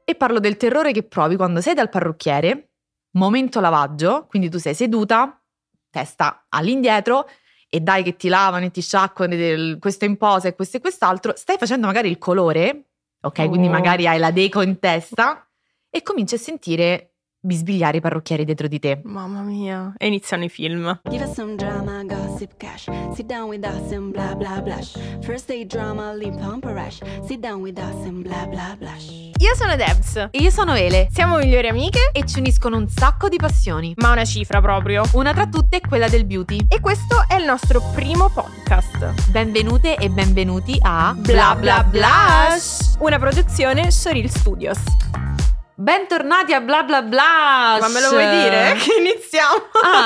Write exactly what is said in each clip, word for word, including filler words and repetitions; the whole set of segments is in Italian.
e parlo del terrore che provi quando sei dal parrucchiere, momento lavaggio, quindi tu sei seduta, testa all'indietro e dai che ti lavano e ti sciacquano del- questo in posa e questo e quest'altro, stai facendo magari il colore, ok, Oh. quindi magari hai la deco in testa e cominci a sentire bisbigliare i parrucchieri dietro di te. Mamma mia. E iniziano i film. Give us some drama, gossip cash. Sit down with us and blah blah blush. First day drama, lip pump a rash. Sit down with us and blah blah blush. Io sono Debs. E io sono Ele Siamo migliori amiche, e ci uniscono un sacco di passioni. ma una cifra proprio. Una tra tutte è quella del beauty. E questo è il nostro primo podcast. Benvenute e benvenuti a Bla Bla Blush, una produzione Soril Studios. Bentornati a Bla Bla Blush. Ma me lo vuoi dire? Che iniziamo?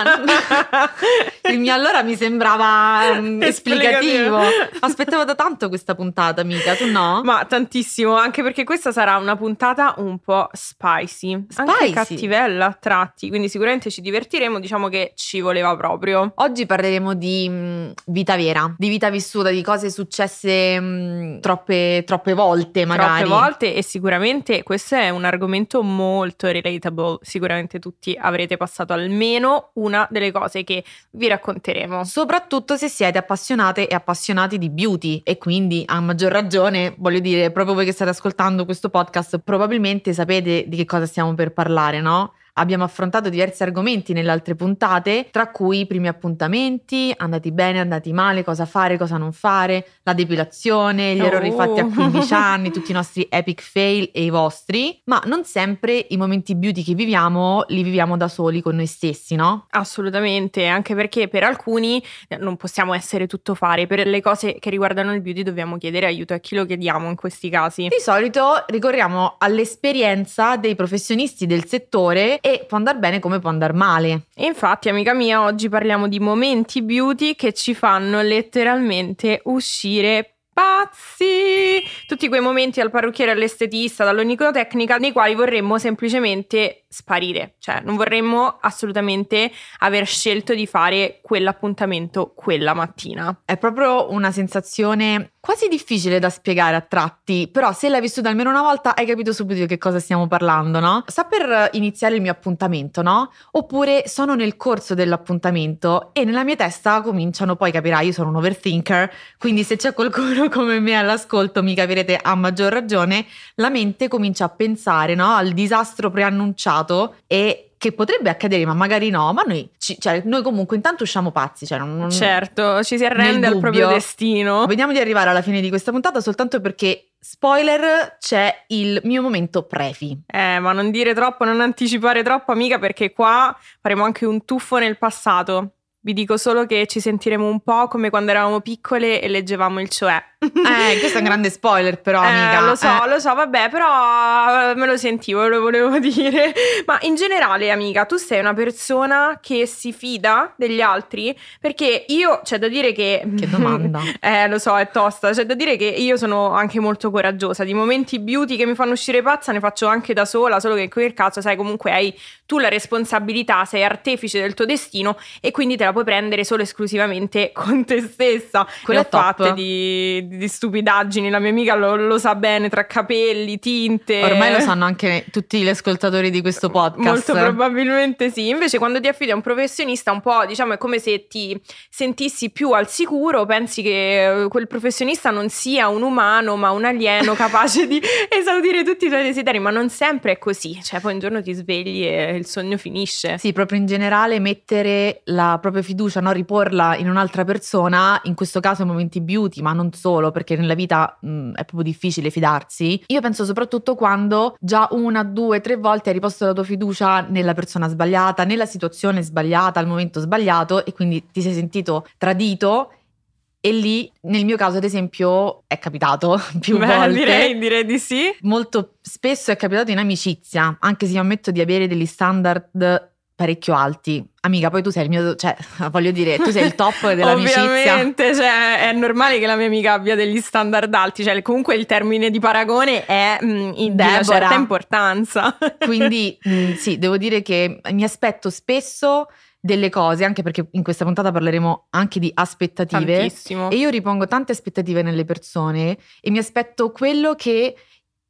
Ah, il mio allora mi sembrava um, esplicativo. Esplicativo. Aspettavo da tanto questa puntata, amica, tu no? Ma tantissimo, anche perché questa sarà una puntata un po' spicy, anche Spicy? cattivella a tratti, quindi sicuramente ci divertiremo, diciamo che ci voleva proprio. Oggi parleremo di mh, vita vera, di vita vissuta, di cose successe mh, troppe, troppe volte magari. Troppe volte, e sicuramente questo è un argomento molto relatable. Sicuramente tutti avrete passato almeno una delle cose che vi racconteremo. Soprattutto se siete appassionate e appassionati di beauty e quindi a maggior ragione, voglio dire, proprio voi che state ascoltando questo podcast probabilmente sapete di che cosa stiamo per parlare, no? Abbiamo affrontato diversi argomenti nelle altre puntate, tra cui i primi appuntamenti, andati bene, andati male, cosa fare, cosa non fare, la depilazione, gli Oh. errori fatti a quindici anni, tutti i nostri epic fail e i vostri, ma non sempre i momenti beauty che viviamo li viviamo da soli con noi stessi, no? Assolutamente, anche perché per alcuni non possiamo essere tuttofare, per le cose che riguardano il beauty dobbiamo chiedere aiuto, a chi lo chiediamo in questi casi? Di solito ricorriamo all'esperienza dei professionisti del settore e può andare bene come può andare male. E infatti, amica mia, oggi parliamo di momenti beauty che ci fanno letteralmente uscire pazzi. Tutti quei momenti al parrucchiere, all'estetista, dall'onicotecnica, nei quali vorremmo semplicemente sparire. Cioè, non vorremmo assolutamente aver scelto di fare quell'appuntamento quella mattina. È proprio una sensazione quasi difficile da spiegare a tratti, però se l'hai vissuta almeno una volta hai capito subito di che cosa stiamo parlando, no? Sta per iniziare il mio appuntamento, no? Oppure sono nel corso dell'appuntamento e nella mia testa cominciano, poi capirai, io sono un overthinker, quindi se c'è qualcuno come me all'ascolto mi capirete a maggior ragione, la mente comincia a pensare, no? Al disastro preannunciato e che potrebbe accadere, ma magari no, ma noi, ci, cioè, noi comunque intanto usciamo pazzi, cioè non, non- Certo, ci si arrende nel al proprio dubbio. destino. Vediamo di arrivare alla fine di questa puntata soltanto perché, spoiler, c'è il mio momento prefi. Eh, ma non dire troppo, non anticipare troppo, amica, perché qua faremo anche un tuffo nel passato. Vi dico solo che ci sentiremo un po' come quando eravamo piccole e leggevamo il cioè. Eh, questo è un grande spoiler però, amica. Eh, lo so, Eh. lo so, vabbè, però eh, me lo sentivo, lo volevo dire. Ma in generale, amica, tu sei una persona che si fida degli altri? Perché io, c'è da dire che... Che domanda. Eh, lo so, è tosta. C'è da dire che io sono anche molto coraggiosa. Di momenti beauty che mi fanno uscire pazza ne faccio anche da sola, solo che in quel caso, sai, comunque hai tu la responsabilità, sei artefice del tuo destino e quindi te la puoi prendere solo esclusivamente con te stessa. Quello Ne ho è top. fatte di, di stupidaggini, la mia amica lo, lo sa bene, tra capelli, tinte. Ormai lo sanno anche tutti gli ascoltatori di questo podcast. Molto probabilmente sì. Invece quando ti affidi a un professionista un po', diciamo, è come se ti sentissi più al sicuro, pensi che quel professionista non sia un umano ma un alieno capace di esaudire tutti i tuoi desideri, ma non sempre è così. Cioè poi un giorno ti svegli e il sogno finisce. Sì, proprio in generale mettere la propria fiducia, no? Riporla in un'altra persona, in questo caso in momenti beauty, ma non solo, perché nella vita mh, è proprio difficile fidarsi. Io penso soprattutto quando già una, due, tre volte hai riposto la tua fiducia nella persona sbagliata, nella situazione sbagliata, al momento sbagliato e quindi ti sei sentito tradito. E lì, nel mio caso, ad esempio, è capitato più Beh, volte. direi, direi di sì. Molto spesso è capitato in amicizia, anche se io ammetto di avere degli standard parecchio alti. Amica, poi tu sei il mio, cioè, voglio dire, tu sei il top dell'amicizia. Ovviamente, cioè, è normale che la mia amica abbia degli standard alti, cioè comunque il termine di paragone è mh, in di una Deborah. certa importanza. Quindi mh, sì, devo dire che mi aspetto spesso delle cose, anche perché in questa puntata parleremo anche di aspettative. Tantissimo. E io ripongo tante aspettative nelle persone e mi aspetto quello che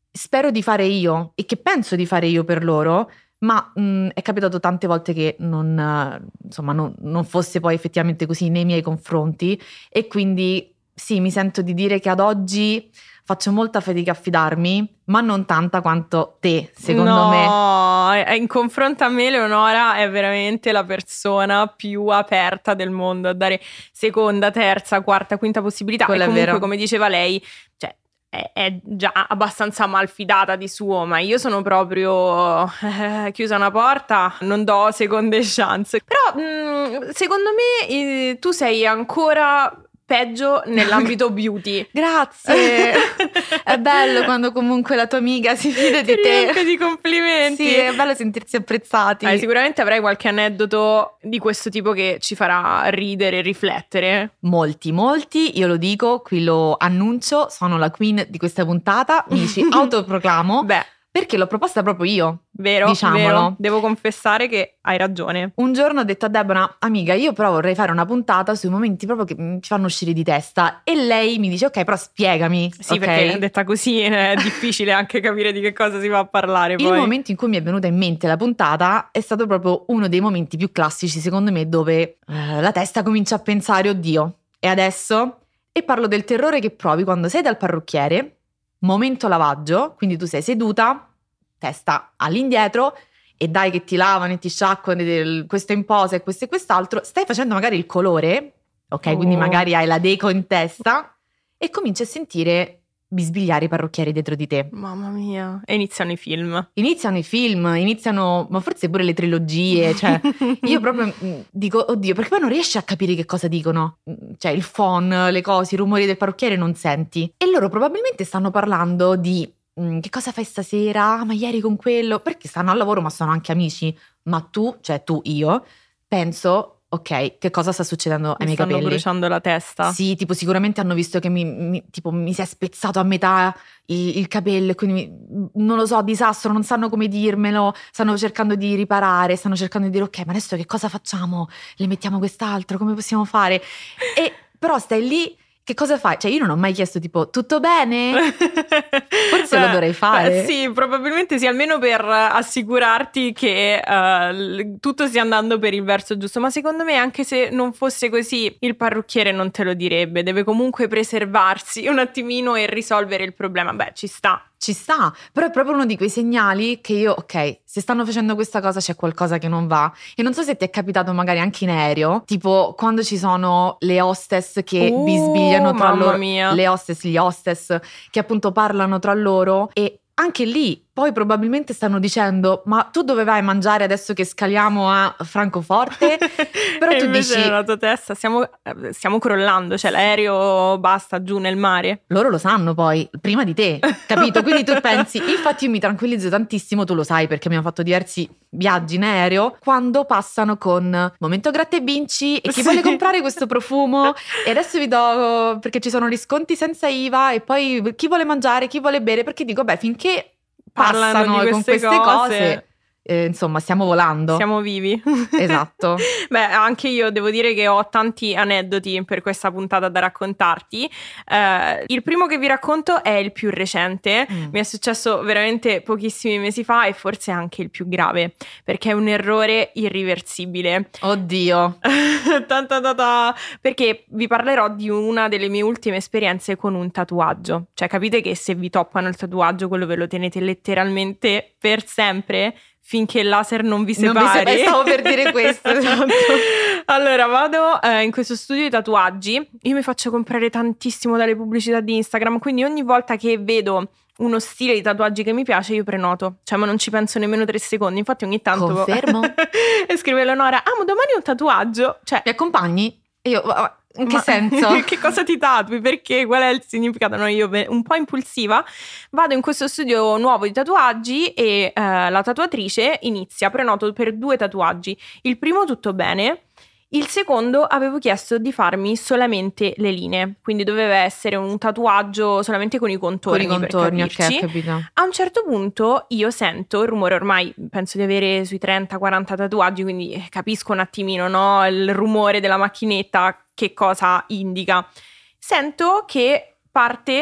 spero di fare io e che penso di fare io per loro, ma mh, è capitato tante volte che non, uh, insomma, non, non fosse poi effettivamente così nei miei confronti, e quindi sì, mi sento di dire che ad oggi faccio molta fatica a fidarmi, ma non tanta quanto te, secondo no, me. No, in confronto a me Leonora è veramente la persona più aperta del mondo a dare seconda, terza, quarta, quinta possibilità. Quello e è comunque, vero. come diceva lei, cioè è, è già abbastanza malfidata di suo, ma io sono proprio eh, chiusa una porta, non do seconde chance. Però mh, secondo me eh, tu sei ancora peggio nell'ambito beauty. Grazie. È bello quando comunque la tua amica si fida di te. Riempie di complimenti. Sì, è bello sentirsi apprezzati. Eh, sicuramente avrai qualche aneddoto di questo tipo che ci farà ridere e riflettere. Molti, molti, io lo dico, qui lo annuncio, sono la queen di questa puntata, mi ci autoproclamo. Beh, perché l'ho proposta proprio io. Vero, Diciamolo. vero. Devo confessare che hai ragione. Un giorno ho detto a Deborah, amica, io però vorrei fare una puntata sui momenti proprio che mi fanno uscire di testa, e lei mi dice, ok, però spiegami. Sì, okay? perché detta così è difficile anche capire di che cosa si va a parlare poi. Il momento in cui mi è venuta in mente la puntata è stato proprio uno dei momenti più classici, secondo me, dove eh, la testa comincia a pensare, oddio, e adesso? E parlo del terrore che provi quando sei dal parrucchiere, momento lavaggio, quindi tu sei seduta, testa all'indietro, e dai che ti lavano e ti sciacquano del, questo in posa e questo e quest'altro, stai facendo magari il colore, ok, Oh. quindi magari hai la deco in testa, e cominci a sentire bisbigliare i parrucchieri dietro di te. Mamma mia. E iniziano i film. Iniziano i film, iniziano, ma forse pure le trilogie, cioè io proprio mh, dico, oddio, perché poi non riesci a capire che cosa dicono, cioè il phon, le cose, i rumori del parrucchiere non senti, e loro probabilmente stanno parlando di mh, che cosa fai stasera, ah, ma ieri con quello, perché stanno al lavoro ma sono anche amici, ma tu, cioè tu, io, penso, ok, che cosa sta succedendo ai Mi miei stanno capelli? bruciando la testa. Sì, tipo sicuramente hanno visto che mi, mi- tipo, mi si è spezzato a metà il, il capello, e quindi mi- non lo so, disastro, non sanno come dirmelo, stanno cercando di riparare, stanno cercando di dire ok, ma adesso che cosa facciamo? Le mettiamo quest'altro, come possiamo fare? E però stai lì, che cosa fai? Cioè io non ho mai chiesto tipo tutto bene? Forse lo dovrei fare. Beh, sì, probabilmente sì, almeno per assicurarti che eh, l- tutto stia andando per il verso giusto. Ma secondo me, anche se non fosse così, il parrucchiere non te lo direbbe. Deve comunque preservarsi un attimino e risolvere il problema. Beh, ci sta. Ci sta, però è proprio uno di quei segnali che io, ok, se stanno facendo questa cosa c'è qualcosa che non va. E non so se ti è capitato magari anche in aereo, tipo quando ci sono le hostess che Uh, bisbigliano tra mamma loro, mia. le hostess, gli hostess che appunto parlano tra loro, e anche lì poi probabilmente stanno dicendo ma tu dove vai a mangiare adesso che scaliamo a Francoforte? Però e tu invece dici, nella tua testa stiamo, eh, stiamo crollando, cioè l'aereo basta giù nel mare. loro lo sanno poi, prima di te, capito? Quindi tu pensi, infatti io mi tranquillizzo tantissimo, tu lo sai perché abbiamo fatto diversi viaggi in aereo, quando passano con momento gratta e vinci e chi Sì. vuole comprare questo profumo e adesso vi do, perché ci sono gli sconti senza I V A, e poi chi vuole mangiare, chi vuole bere, perché dico beh, finché Parlano passano di con queste queste cose, cose, eh, insomma stiamo volando. siamo vivi. Esatto. Beh, anche io devo dire che ho tanti aneddoti per questa puntata da raccontarti. Eh, il primo che vi racconto è il più recente. Mm. Mi è successo veramente pochissimi mesi fa e forse anche il più grave, perché è un errore irriversibile. Oddio. Ta ta ta ta. Perché vi parlerò di una delle mie ultime esperienze con un tatuaggio. Cioè, capite che se vi toppano il tatuaggio, quello ve lo tenete letteralmente per sempre, finché il laser non vi Non separi. mi sa- stavo per dire questo, esatto. Allora vado eh, in questo studio di tatuaggi. Io mi faccio comprare tantissimo dalle pubblicità di Instagram, quindi ogni volta che vedo uno stile di tatuaggi che mi piace io prenoto, cioè ma non ci penso nemmeno tre secondi. Infatti ogni tanto Confermo. e scrive Eleonora, ah ma domani è un tatuaggio, cioè Mi accompagni? E io, ma- in che ma- senso? che cosa ti tatui? Perché? Qual è il significato? No, io ve- un po' impulsiva vado in questo studio nuovo di tatuaggi e eh, la tatuatrice inizia, prenoto per due tatuaggi. Il primo tutto bene, il secondo avevo chiesto di farmi solamente le linee, quindi doveva essere un tatuaggio solamente con i Con contorni, i contorni, per ok, capirci. ho capito. A un certo punto io sento il rumore, ormai penso di avere sui trenta quaranta tatuaggi, quindi eh, capisco un attimino, no, il rumore della macchinetta che cosa indica. Sento che parte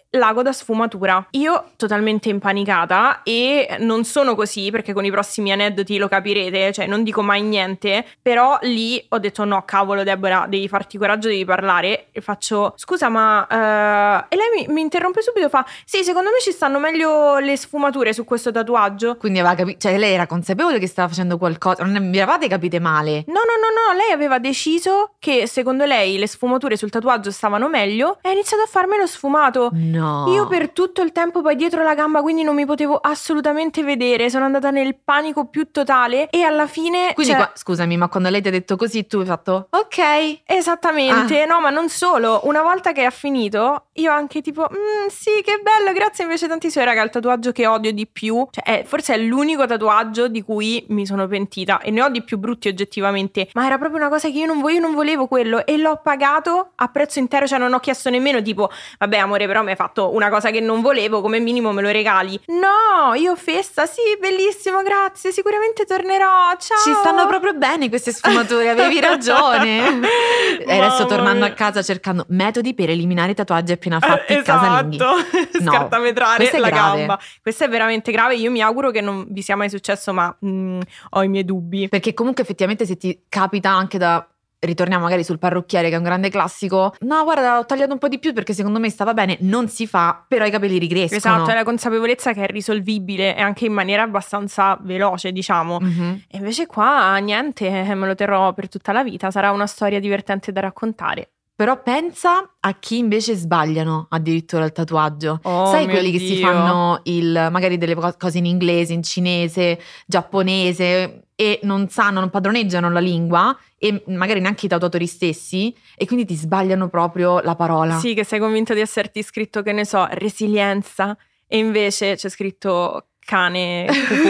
l'ago da sfumatura. Io totalmente impanicata, e non sono così perché con i prossimi aneddoti lo capirete, cioè non dico mai niente, però lì ho detto no, cavolo Deborah, devi farti coraggio, devi parlare, e faccio scusa ma uh... e lei mi, mi interrompe subito, fa sì, secondo me ci stanno meglio le sfumature su questo tatuaggio. Quindi aveva capito, cioè lei era consapevole che stava facendo qualcosa, non vi eravate capite male? No, no, no, no, lei aveva deciso che secondo lei le sfumature sul tatuaggio stavano meglio e ha iniziato a farmelo sfumato. No. Io per tutto il tempo poi dietro la gamba, quindi non mi potevo assolutamente vedere, sono andata nel panico più totale, e alla fine Quindi cioè, qua, scusami, ma quando lei ti ha detto così tu hai fatto ok. esattamente, Ah. no, ma non solo, una volta che ha finito io anche tipo mm, sì, che bello, grazie invece tantissimo. Raga, il tatuaggio che odio di più, cioè è, forse è l'unico tatuaggio di cui mi sono pentita, e ne ho di più brutti oggettivamente, ma era proprio una cosa che io non volevo, io non volevo quello, e l'ho pagato a prezzo intero, cioè non ho chiesto nemmeno tipo vabbè amore, però mi hai fatto una cosa che non volevo, come minimo me lo regali. No, io festa, sì, bellissimo, grazie, sicuramente tornerò, ciao. Ci stanno proprio bene queste sfumature, avevi ragione. E adesso tornando a casa cercando metodi per eliminare i tatuaggi appena fatti eh, casalinghi. esatto. No, Scartavetrare questo è la grave. gamba. Questo è veramente grave, io mi auguro che non vi sia mai successo, ma mm, ho i miei dubbi. Perché comunque effettivamente se ti capita anche da... Ritorniamo magari sul parrucchiere, che è un grande classico. No, guarda, ho tagliato un po' di più perché secondo me stava bene. Non si fa, però i capelli ricrescono. Esatto, è la consapevolezza che è risolvibile, e anche in maniera abbastanza veloce, diciamo. Mm-hmm. E invece qua niente, me lo terrò per tutta la vita. Sarà una storia divertente da raccontare. Però pensa a chi invece sbagliano addirittura il tatuaggio. Oh, Sai mio quelli che si Dio. fanno il, magari delle co- cose in inglese, in cinese, giapponese, e non sanno, non padroneggiano la lingua, e magari neanche i tatuatori stessi, e quindi ti sbagliano proprio la parola. Sì, che sei convinto di esserti scritto, che ne so, resilienza, e invece c'è scritto cane pupù.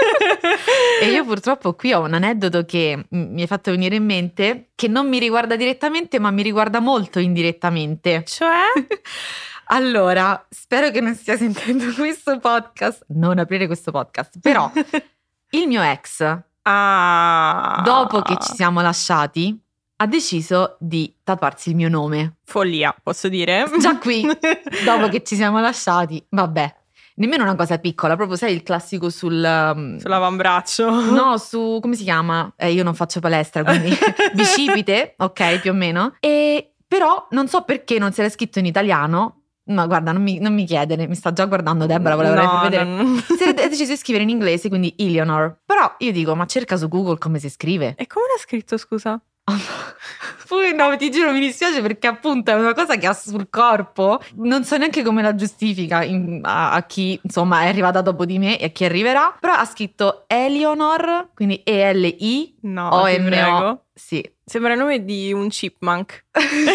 E io purtroppo qui ho un aneddoto che mi hai fatto venire in mente, che non mi riguarda direttamente, ma mi riguarda molto indirettamente. Cioè? Allora, spero che non stia sentendo questo podcast, non aprire questo podcast, però il mio ex, Ah. dopo che ci siamo lasciati, ha deciso di tatuarsi il mio nome. Follia, posso dire? Già qui, dopo che ci siamo lasciati, vabbè. Nemmeno una cosa piccola, proprio sai il classico sul... Um, Sull'avambraccio. no, su... come si chiama? Eh, io non faccio palestra, quindi bicipite, ok, più o meno. E però non so perché non se l'è scritto in italiano. Ma guarda, non mi, non mi chiedere, mi sta già guardando Deborah, volevo No, vedere. non... Si è deciso di scrivere in inglese, quindi Eleanor. Però io dico, ma cerca su Google come si scrive. E come l'ha scritto, scusa? Poi no, ti giuro, mi dispiace perché appunto è una cosa che ha sul corpo. Non so neanche come la giustifica in, a, a chi insomma è arrivata dopo di me e a chi arriverà. Però ha scritto Eleanor, quindi E L I No, O ti N O. prego. Sì. Sembra il nome di un chipmunk.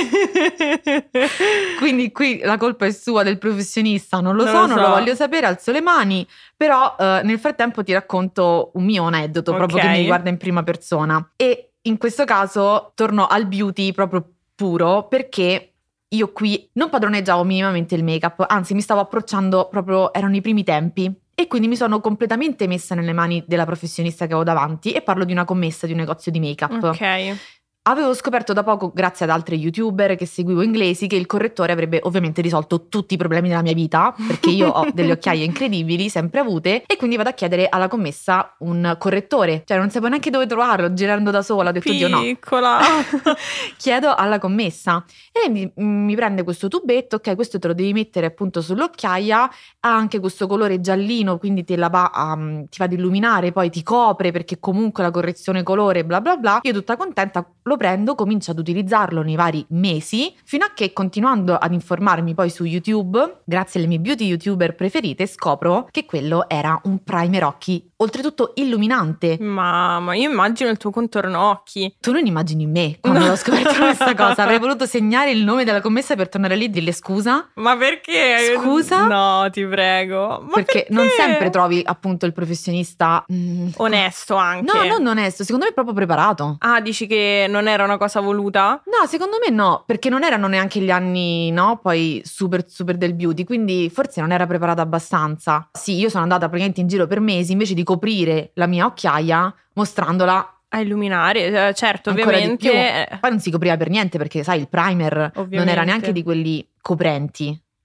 Quindi qui la colpa è sua, del professionista, non lo Non so, lo non so. lo voglio sapere, alzo le mani. Però eh, nel frattempo ti racconto un mio aneddoto, proprio Ok. che mi riguarda in prima persona. E in questo caso torno al beauty proprio puro, perché io qui non padroneggiavo minimamente il make-up, anzi mi stavo approcciando proprio, erano i primi tempi. E quindi mi sono completamente messa nelle mani della professionista che avevo davanti, e parlo di una commessa di un negozio di make-up. Ok. Avevo scoperto da poco, grazie ad altri youtuber che seguivo inglesi, che il correttore avrebbe ovviamente risolto tutti i problemi della mia vita, perché io ho delle occhiaie incredibili, sempre avute, e quindi vado a chiedere alla commessa un correttore. Cioè non sapevo neanche dove trovarlo, girando da sola, ho detto Dio no. Piccola. Chiedo alla commessa e lei mi, mi prende questo tubetto, ok, questo te lo devi mettere appunto sull'occhiaia, ha anche questo colore giallino, quindi te la va a, ti va ad illuminare, poi ti copre perché comunque la correzione colore bla bla bla. Io tutta contenta lo prendo, comincio ad utilizzarlo nei vari mesi, fino a che, continuando ad informarmi poi su YouTube, grazie alle mie beauty youtuber preferite, scopro che quello era un primer occhi, oltretutto illuminante. Mamma, io immagino il tuo contorno occhi. Tu non immagini me quando No. ho scoperto questa cosa. Avrei voluto segnare il nome della commessa per tornare lì e dirle scusa. Ma perché? Scusa? No, ti prego. Ma perché, non sempre trovi appunto il professionista mm, onesto anche. No, non onesto, secondo me è proprio preparato. Ah, dici che non era una cosa voluta? No, secondo me no, perché non erano neanche gli anni, no, poi super super del beauty, quindi forse non era preparata abbastanza. Sì, io sono andata praticamente in giro per mesi invece di coprire la mia occhiaia mostrandola A illuminare, eh, certo, ancora ovviamente. di più. Poi non si copriva per niente perché sai il primer non Ovviamente. era neanche di quelli coprenti.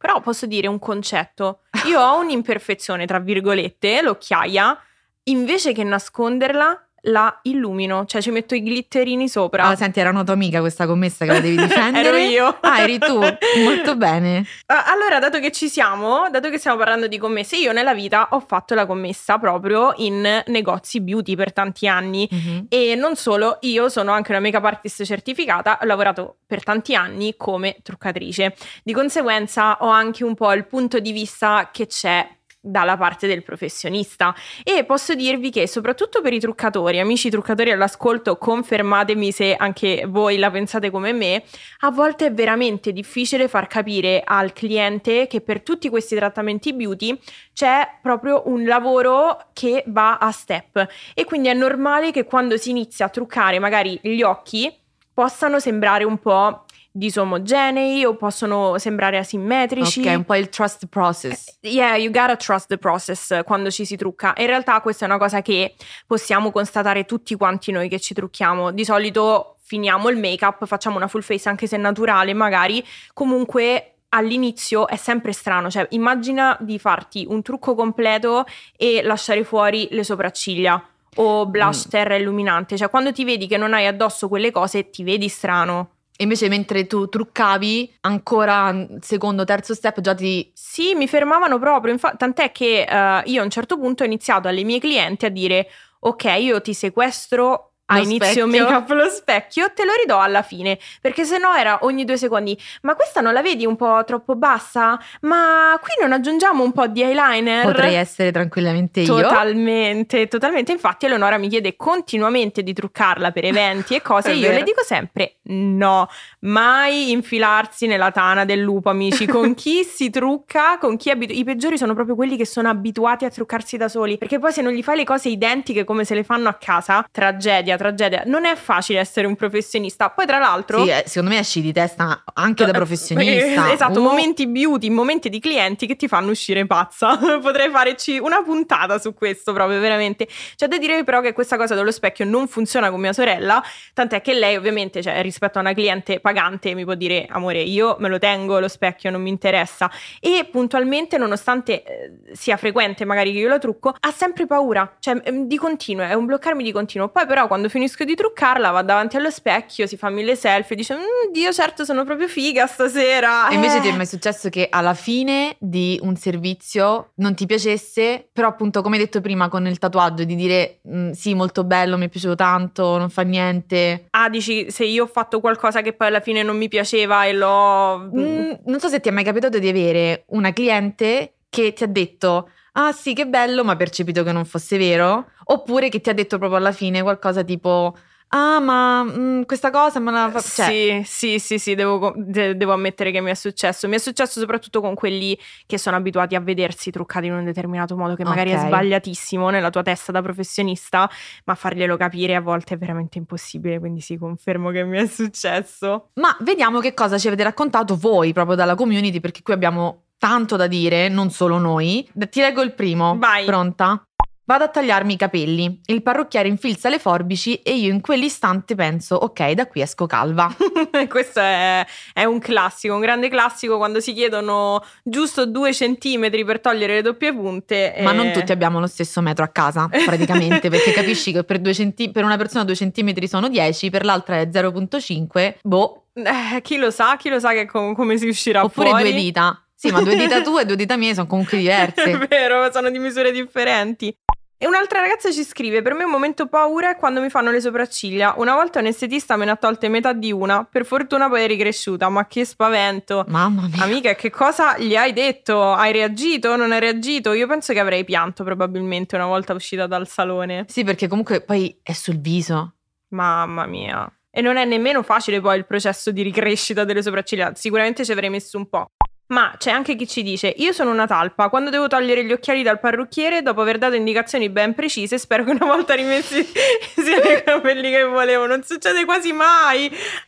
Però posso dire un concetto. Io ho un'imperfezione, tra virgolette, l'occhiaia, invece che nasconderla, la illumino, cioè ci metto i glitterini sopra. Ah, senti, era una tua amica questa commessa che la devi difendere. Ero io. Ah, eri tu, molto bene. Allora, dato che ci siamo, dato che stiamo parlando di commesse, io nella vita ho fatto la commessa proprio in negozi beauty per tanti anni. Mm-hmm. E non solo, io sono anche una make-up artist certificata, ho lavorato per tanti anni come truccatrice. Di conseguenza ho anche un po' il punto di vista che c'è dalla parte del professionista, e posso dirvi che soprattutto per i truccatori, amici truccatori all'ascolto, confermatemi se anche voi la pensate come me, a volte è veramente difficile far capire al cliente che per tutti questi trattamenti beauty c'è proprio un lavoro che va a step, e quindi è normale che quando si inizia a truccare magari gli occhi possano sembrare un po' disomogenei o possono sembrare asimmetrici. Ok, un po' il trust process. Yeah, you gotta trust the process quando ci si trucca. In realtà questa è una cosa che possiamo constatare tutti quanti noi che ci trucchiamo. Di solito finiamo il make-up, facciamo una full face anche se naturale magari, comunque all'inizio è sempre strano, cioè immagina di farti un trucco completo e lasciare fuori le sopracciglia o blush, mm. terra illuminante, cioè quando ti vedi che non hai addosso quelle cose ti vedi strano. Invece mentre tu truccavi, ancora secondo, terzo step già ti... Sì, mi fermavano proprio, Infa- tant'è che uh, io a un certo punto ho iniziato alle mie clienti a dire ok, io ti sequestro a Lo inizio specchio. make-up lo specchio, te lo ridò alla fine, perché sennò era ogni due secondi, ma questa non la vedi un po' troppo bassa? Ma qui non aggiungiamo un po' di eyeliner? Potrei essere tranquillamente io. Totalmente, totalmente. Infatti Eleonora mi chiede continuamente di truccarla per eventi e cose e io vero. le dico sempre no, mai infilarsi nella tana del lupo, amici. Con chi si trucca, con chi è abitu- i peggiori sono proprio quelli che sono abituati a truccarsi da soli, perché poi se non gli fai le cose identiche come se le fanno a casa, tragedia, tragedia. Non è facile essere un professionista. Poi tra l'altro Sì, eh, secondo me esci di testa anche da professionista. Esatto, Uh. momenti beauty, momenti di clienti che ti fanno uscire pazza. Potrei farci una puntata su questo proprio, veramente. C'è da dire però che questa cosa dello specchio non funziona con mia sorella, tant'è che lei ovviamente, cioè, rispetto a una cliente pagante mi può dire amore, io me lo tengo lo specchio, non mi interessa, e puntualmente nonostante eh, sia frequente magari che io la trucco, ha sempre paura, cioè di continuo, è un bloccarmi di continuo. Poi però quando finisco di truccarla va davanti allo specchio, si fa mille selfie e dice Dio, certo sono proprio figa stasera. E invece eh. ti è mai successo che alla fine di un servizio non ti piacesse, però appunto come hai detto prima con il tatuaggio, di dire sì, molto bello, mi è piaciuto tanto, non fa niente. Ah, dici se io ho fatto qualcosa che poi alla fine non mi piaceva e l'ho... Mm, non so se ti è mai capitato di avere una cliente che ti ha detto ah sì, che bello, ma ha percepito che non fosse vero, oppure che ti ha detto proprio alla fine qualcosa tipo ah ma mh, questa cosa me la fa... Cioè, sì, sì, sì, sì, devo, de- devo ammettere che mi è successo. Mi è successo soprattutto con quelli che sono abituati a vedersi truccati in un determinato modo, che magari Ok. è sbagliatissimo nella tua testa da professionista, ma farglielo capire a volte è veramente impossibile, quindi sì, confermo che mi è successo. ma vediamo che cosa ci avete raccontato voi proprio dalla community, perché qui abbiamo tanto da dire, non solo noi. Ti leggo il primo. Vai. Pronta? Vado a tagliarmi i capelli. Il parrucchiere infilza le forbici e io in quell'istante penso ok, da qui esco calva. Questo è, è un classico, un grande classico, quando si chiedono giusto due centimetri per togliere le doppie punte. Ma e... non tutti abbiamo lo stesso metro a casa, praticamente, perché capisci che per, due centi- per una persona due centimetri sono dieci, per l'altra è zero virgola cinque, boh. Eh, chi lo sa, chi lo sa che com- come si uscirà Oppure fuori. due dita. Sì, ma due dita tue e due dita mie sono comunque diverse. È vero, sono di misure differenti. E un'altra ragazza ci scrive: per me un momento paura è quando mi fanno le sopracciglia. Una volta un estetista me ne ha tolte metà di una, per fortuna poi è ricresciuta, ma che spavento. Mamma mia. Amica, che cosa gli hai detto? Hai reagito? Non hai reagito? Io penso che avrei pianto probabilmente una volta uscita dal salone. Sì, perché comunque poi è sul viso. Mamma mia. E non è nemmeno facile poi il processo di ricrescita delle sopracciglia. Sicuramente ci avrei messo un po'. Ma c'è anche chi ci dice: io sono una talpa, quando devo togliere gli occhiali dal parrucchiere, dopo aver dato indicazioni ben precise, spero che una volta rimessi siano i capelli che volevo. Non succede quasi mai.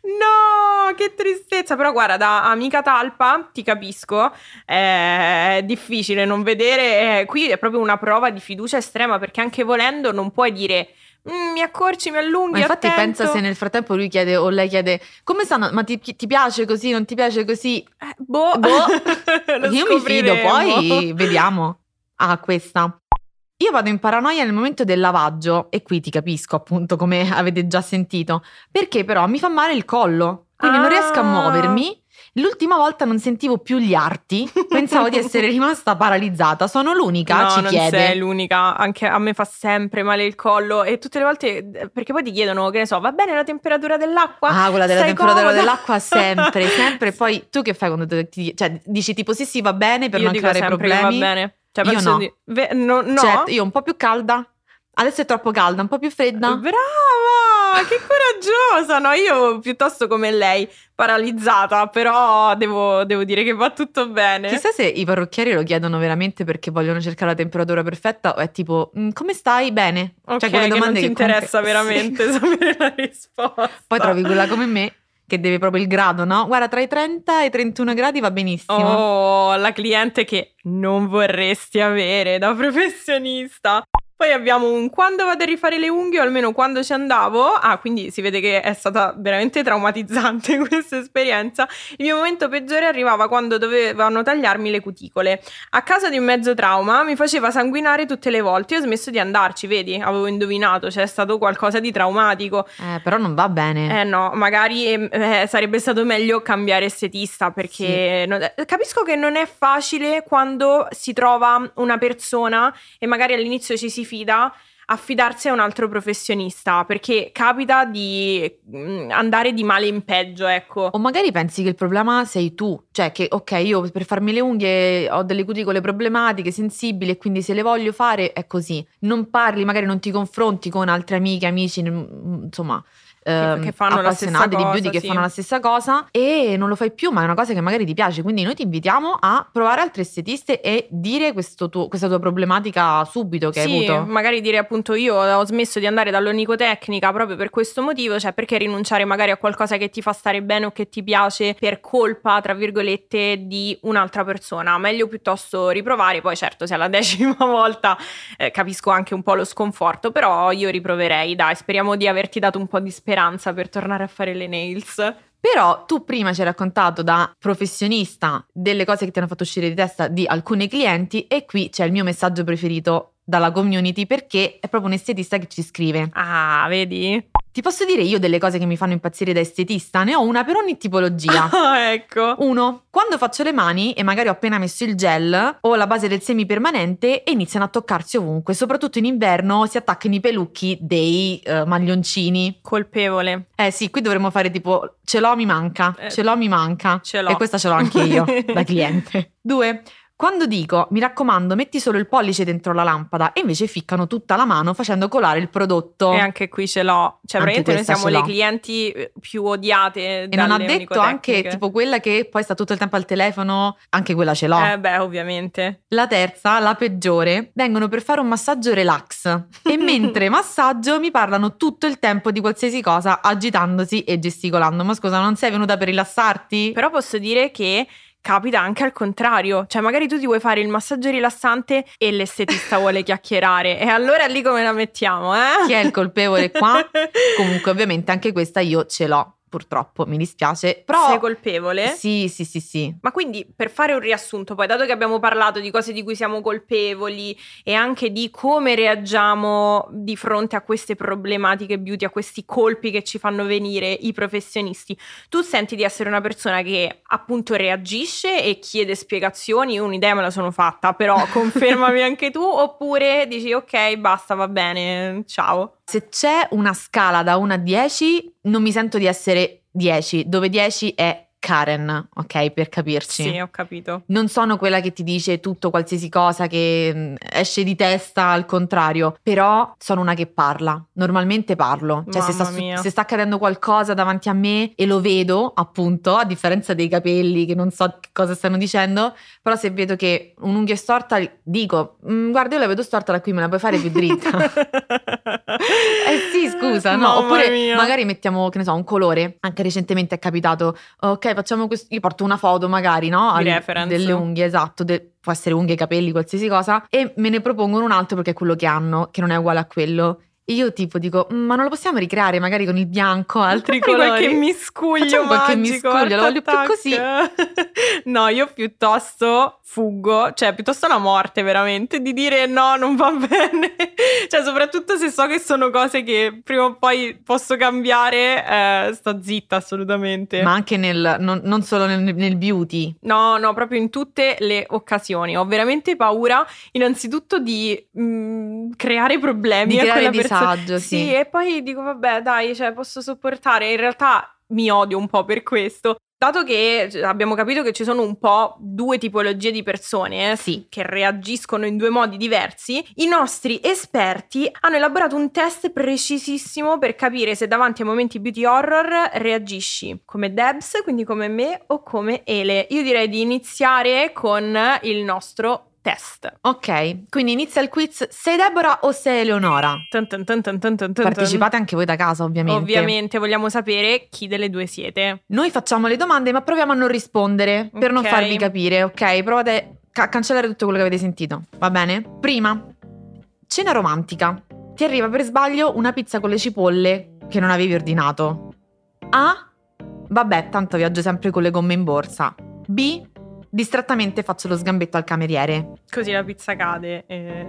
No, che tristezza. Però guarda, da amica talpa ti capisco, è difficile non vedere. Qui è proprio una prova di fiducia estrema, perché anche volendo non puoi dire mm, mi accorci, mi allunghi, Ma infatti attento. pensa se nel frattempo lui chiede o lei chiede come stanno, ma ti, ti piace così, non ti piace così? Eh, boh, Boh. Lo Io mi fido, scopriremo. poi vediamo. Ah, questa. Io vado in paranoia nel momento del lavaggio e qui ti capisco appunto come avete già sentito, perché però mi fa male il collo, quindi non Ah. riesco a muovermi. L'ultima volta non sentivo più gli arti, pensavo di essere rimasta paralizzata. Sono l'unica, No, ci non chiede. sei l'unica, anche a me fa sempre male il collo e tutte le volte, perché poi ti chiedono, che ne so, va bene la temperatura dell'acqua? Ah, quella della Stai temperatura comoda? dell'acqua sempre, sempre. Poi tu che fai quando ti, ti- cioè, dici tipo sì sì va bene per Io non dico creare sempre problemi? che va bene. Cioè, Io penso no. di- ve- no, no? Certo, io un po' più calda. Adesso è troppo calda, un po' più fredda. Brava, che coraggiosa. No, io piuttosto come lei, paralizzata, però devo, devo dire che va tutto bene. Chissà se i parrucchieri lo chiedono veramente perché vogliono cercare la temperatura perfetta o è tipo "Mm, come stai? Bene". Ok, Cioè, quelle che non domande ti che comunque- interessa veramente Sì. sapere la risposta. Poi trovi quella come me che deve proprio il grado, no? Guarda, tra i trenta e i trentuno gradi va benissimo. Oh, la cliente che non vorresti avere da professionista. Poi abbiamo un quando vado a rifare le unghie, o almeno quando ci andavo. Ah, quindi si vede che è stata veramente traumatizzante questa esperienza. Il mio momento peggiore arrivava quando dovevano tagliarmi le cuticole. A causa di un mezzo trauma mi faceva sanguinare tutte le volte. Io ho smesso di andarci, vedi? Avevo indovinato, c'è stato qualcosa di traumatico. Eh, però non va bene. Eh no, magari eh, sarebbe stato meglio cambiare estetista perché non- capisco che non è facile quando si trova una persona e magari all'inizio ci si fida affidarsi a un altro professionista perché capita di mm, andare di male in peggio, ecco. O magari pensi che il problema sei tu, cioè che ok, io per farmi le unghie ho delle cuticole problematiche, sensibili e quindi se le voglio fare è così. Non parli, magari non ti confronti con altre amiche, amici, n- insomma, ehm, che fanno la stessa appassionati di beauty cosa, che sì. fanno la stessa cosa e non lo fai più, ma è una cosa che magari ti piace, quindi noi ti invitiamo a provare altre estetiste e dire questo tuo- questa tua problematica subito che Sì, hai avuto. magari dire appunto io ho smesso di andare dall'onicotecnica proprio per questo motivo, cioè perché rinunciare magari a qualcosa che ti fa stare bene o che ti piace per colpa, tra virgolette, di un'altra persona. Meglio piuttosto riprovare, poi certo se alla decima volta eh, capisco anche un po' lo sconforto, però io riproverei, dai, speriamo di averti dato un po' di speranza per tornare a fare le nails. Però tu prima ci hai raccontato da professionista delle cose che ti hanno fatto uscire di testa di alcuni clienti e qui c'è il mio messaggio preferito dalla community perché è proprio un estetista che ci scrive. Ah, vedi? Ti posso dire io delle cose che mi fanno impazzire da estetista? Ne ho una per ogni tipologia. Ah, ecco. Uno, quando faccio le mani e magari ho appena messo il gel o la base del semipermanente e iniziano a toccarsi ovunque, soprattutto in inverno si attaccano i pelucchi dei eh, maglioncini. Colpevole. Eh sì, qui dovremmo fare tipo ce l'ho mi manca, Eh, ce l'ho mi manca. ce l'ho. E questa ce l'ho anche io, da cliente. Due, quando dico mi raccomando metti solo il pollice dentro la lampada e invece ficcano tutta la mano facendo colare il prodotto. E anche qui ce l'ho. Cioè, Anche praticamente noi questa siamo ce le l'ho. clienti eh, più odiate E non ha dalle detto anche onicotecniche. tipo quella che poi sta tutto il tempo al telefono, anche quella ce l'ho. Eh beh, ovviamente. La terza, la peggiore, vengono per fare un massaggio relax e mentre massaggio mi parlano tutto il tempo di qualsiasi cosa agitandosi e gesticolando. Ma scusa, non sei venuta per rilassarti? Però posso dire che capita anche al contrario. Cioè, magari tu ti vuoi fare il massaggio rilassante e l'estetista vuole chiacchierare. E allora lì come la mettiamo, eh? Chi è il colpevole qua? Comunque ovviamente anche questa io ce l'ho, purtroppo, mi dispiace. Però Sei colpevole? Sì, sì, sì, sì. Ma quindi per fare un riassunto, poi dato che abbiamo parlato di cose di cui siamo colpevoli e anche di come reagiamo di fronte a queste problematiche beauty, a questi colpi che ci fanno venire i professionisti, tu senti di essere una persona che appunto reagisce e chiede spiegazioni? Io un'idea me la sono fatta, però confermami anche tu, oppure dici ok, basta, va bene, ciao. Se c'è una scala da uno a dieci, non mi sento di essere dieci, dove dieci è Karen, ok, per capirci. Sì, ho capito. Non sono quella che ti dice tutto, qualsiasi cosa che mh, esce di testa, al contrario, però sono una che parla, normalmente parlo, cioè se sta, Mamma su- mia. se sta accadendo qualcosa davanti a me e lo vedo, appunto, a differenza dei capelli che non so che cosa stanno dicendo, però se vedo che un'unghia è storta dico, "Mm, guarda io la vedo storta da qui, me la puoi fare più dritta?" Eh sì, scusa, no? Mamma Oppure mia. magari mettiamo, che ne so, un colore. Anche recentemente è capitato, ok, facciamo questo. Io porto una foto, magari, no? Di Al- reference. Delle unghie, esatto. de- può essere unghie, capelli, qualsiasi cosa. E me ne propongono un altro perché è quello che hanno, che non è uguale a quello. Io tipo dico, "Mm, ma non lo possiamo ricreare magari con il bianco, altri Magari colori? qualche miscuglio Facciamo qualche magico, miscuglio, lo voglio più tac, così." No, io piuttosto fuggo, cioè piuttosto la morte veramente, di dire no, non va bene. Cioè soprattutto se so che sono cose che prima o poi posso cambiare, eh, sto zitta assolutamente. Ma anche nel, non, non solo nel, nel beauty. No, no, proprio in tutte le occasioni. Ho veramente paura innanzitutto di mh, creare problemi Di a creare quella persona. disagio, sì. Sì, e poi dico vabbè dai, cioè posso sopportare. In realtà mi odio un po' per questo. Dato che abbiamo capito che ci sono un po' due tipologie di persone eh, Sì. che reagiscono in due modi diversi, i nostri esperti hanno elaborato un test precisissimo per capire se davanti a momenti beauty horror reagisci come Debs, quindi come me, o come Ele. Io direi di iniziare con il nostro test. Ok, quindi inizia il quiz. Sei Deborah o sei Eleonora? Tun tun tun tun tun tun tun. Partecipate anche voi da casa, ovviamente. Ovviamente vogliamo sapere chi delle due siete. Noi facciamo le domande, ma proviamo a non rispondere per non Ok. farvi capire, ok? Provate a cancellare tutto quello che avete sentito, va bene? Prima, cena romantica. Ti arriva per sbaglio una pizza con le cipolle che non avevi ordinato. A. Vabbè, tanto viaggio sempre con le gomme in borsa. B. Distrattamente faccio lo sgambetto al cameriere Così la pizza cade e,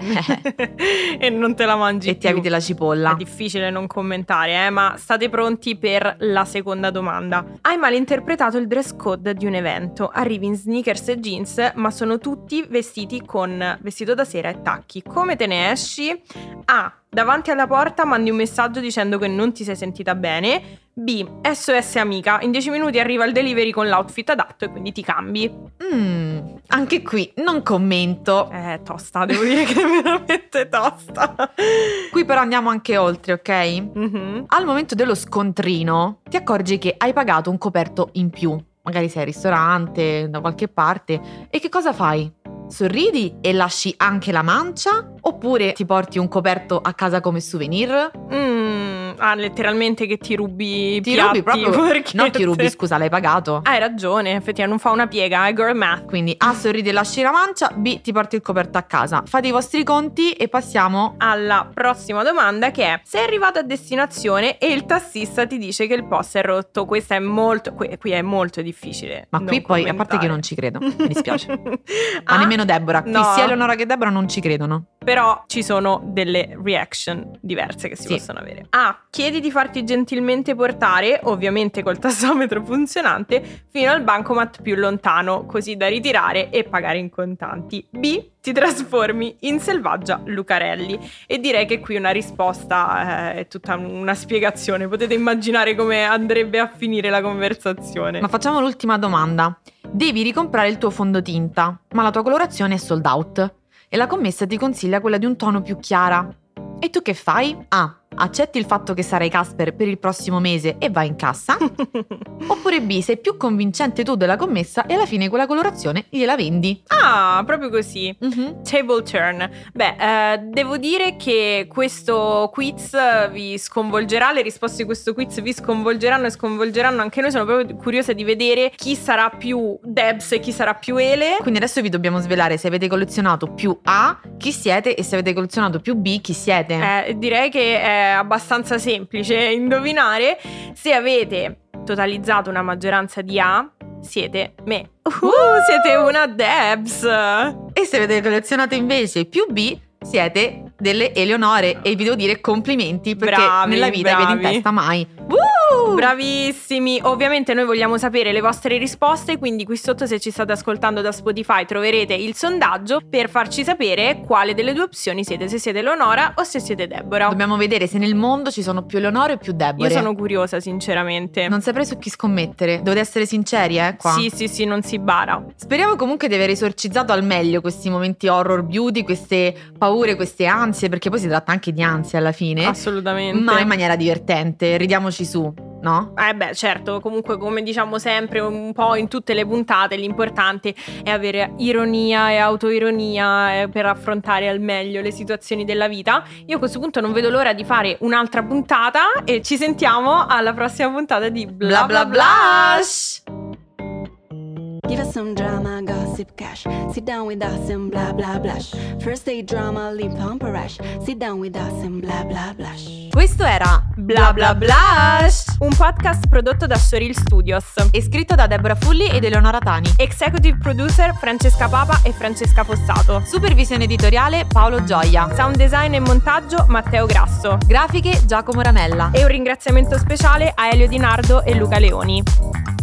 e non te la mangi e più. ti eviti la cipolla. È difficile non commentare, eh, ma state pronti per la seconda domanda. Hai malinterpretato il dress code di un evento. Arrivi in sneakers e jeans, ma sono tutti vestiti con vestito da sera e tacchi. Come te ne esci? A. Davanti alla porta mandi un messaggio dicendo che non ti sei sentita bene. B. S O S amica. In dieci minuti arriva il delivery con l'outfit adatto e quindi ti cambi. Mm, anche qui non commento. Eh, tosta, devo dire che è veramente tosta. Qui però andiamo anche oltre, ok? Mhm. Al momento dello scontrino ti accorgi che hai pagato un coperto in più. Magari sei al ristorante, da qualche parte. E che cosa fai? Sorridi e lasci anche la mancia? Oppure ti porti un coperto a casa come souvenir? Mm, ah, letteralmente che ti rubi i Ti piatti, rubi proprio. forchette. No, ti rubi, scusa, l'hai pagato. Hai ragione, effettivamente non fa una piega, è girl math. Quindi A. Sorridi e lasci la mancia. B. Ti porti il coperto a casa. Fate i vostri conti e passiamo. Alla prossima domanda, che è: sei arrivato a destinazione e il tassista ti dice che il posto è rotto. Questa è molto, qui, qui è molto difficile. Ma non qui poi, a parte che commentare. non ci credo, mi dispiace. Ma Ah, nemmeno Deborah. Qui no. sia Eleonora che Deborah non ci credono. Però ci sono delle reaction diverse che si Sì. possono avere. A. Chiedi di farti gentilmente portare, ovviamente col tassometro funzionante, fino al bancomat più lontano, così da ritirare e pagare in contanti. B. Ti trasformi in selvaggia Lucarelli. E direi che qui una risposta eh, è tutta una spiegazione. Potete immaginare come andrebbe a finire la conversazione. Ma facciamo l'ultima domanda. Devi ricomprare il tuo fondotinta, ma la tua colorazione è sold out e la commessa ti consiglia quella di un tono più chiara. E tu che fai? A. Accetti il fatto che sarai Casper per il prossimo mese e vai in cassa? Oppure B. Sei più convincente tu della commessa e alla fine quella colorazione gliela vendi? Ah, proprio così. Mhm. Table turn. Beh, eh, devo dire che questo quiz vi sconvolgerà, le risposte di questo quiz vi sconvolgeranno e sconvolgeranno anche noi. Sono proprio curiosa di vedere chi sarà più Debs e chi sarà più Ele. Quindi adesso vi dobbiamo svelare se avete collezionato più A, chi siete, e se avete collezionato più B, chi siete. Eh, direi che è abbastanza semplice indovinare. Se avete totalizzato una maggioranza di A, siete me. Uh, siete una Debs. E se avete collezionato invece più B, siete delle Eleonore. E vi devo dire complimenti, perché Bravi, nella vita vedi in bravi. testa mai. Woo! Bravissimi. Ovviamente noi vogliamo sapere le vostre risposte, quindi qui sotto, se ci state ascoltando da Spotify, troverete il sondaggio per farci sapere quale delle due opzioni siete, se siete Eleonora o se siete Deborah. Dobbiamo vedere se nel mondo ci sono più Eleonore o più Deborah. Io sono curiosa, sinceramente. Non saprei su chi scommettere. Dovete essere sinceri, eh, qua. Sì, sì, sì, non si bara. Speriamo comunque di aver esorcizzato al meglio questi momenti horror beauty, queste paure, queste ansie, perché poi si tratta anche di ansie alla fine. Assolutamente. Ma in maniera divertente, ridiamoci su, no? Eh beh, certo, comunque come diciamo sempre un po' in tutte le puntate, l'importante è avere ironia e autoironia eh, per affrontare al meglio le situazioni della vita. Io a questo punto non vedo l'ora di fare un'altra puntata e ci sentiamo alla prossima puntata di Bla Bla Blush! Give us some drama, gossip, cash. Sit down with us and blah blah blush. First day drama, lip pump a rash. Sit down with us and blah blah blush. Questo era Bla Bla Blush, un podcast prodotto da Soril Studios e scritto da Deborah Fulli ed Eleonora Tani. Executive producer Francesca Papa e Francesca Fossato. Supervisione editoriale Paolo Gioia. Sound design e montaggio Matteo Grasso. Grafiche Giacomo Ramella. E un ringraziamento speciale a Elio Di Nardo e Luca Leoni.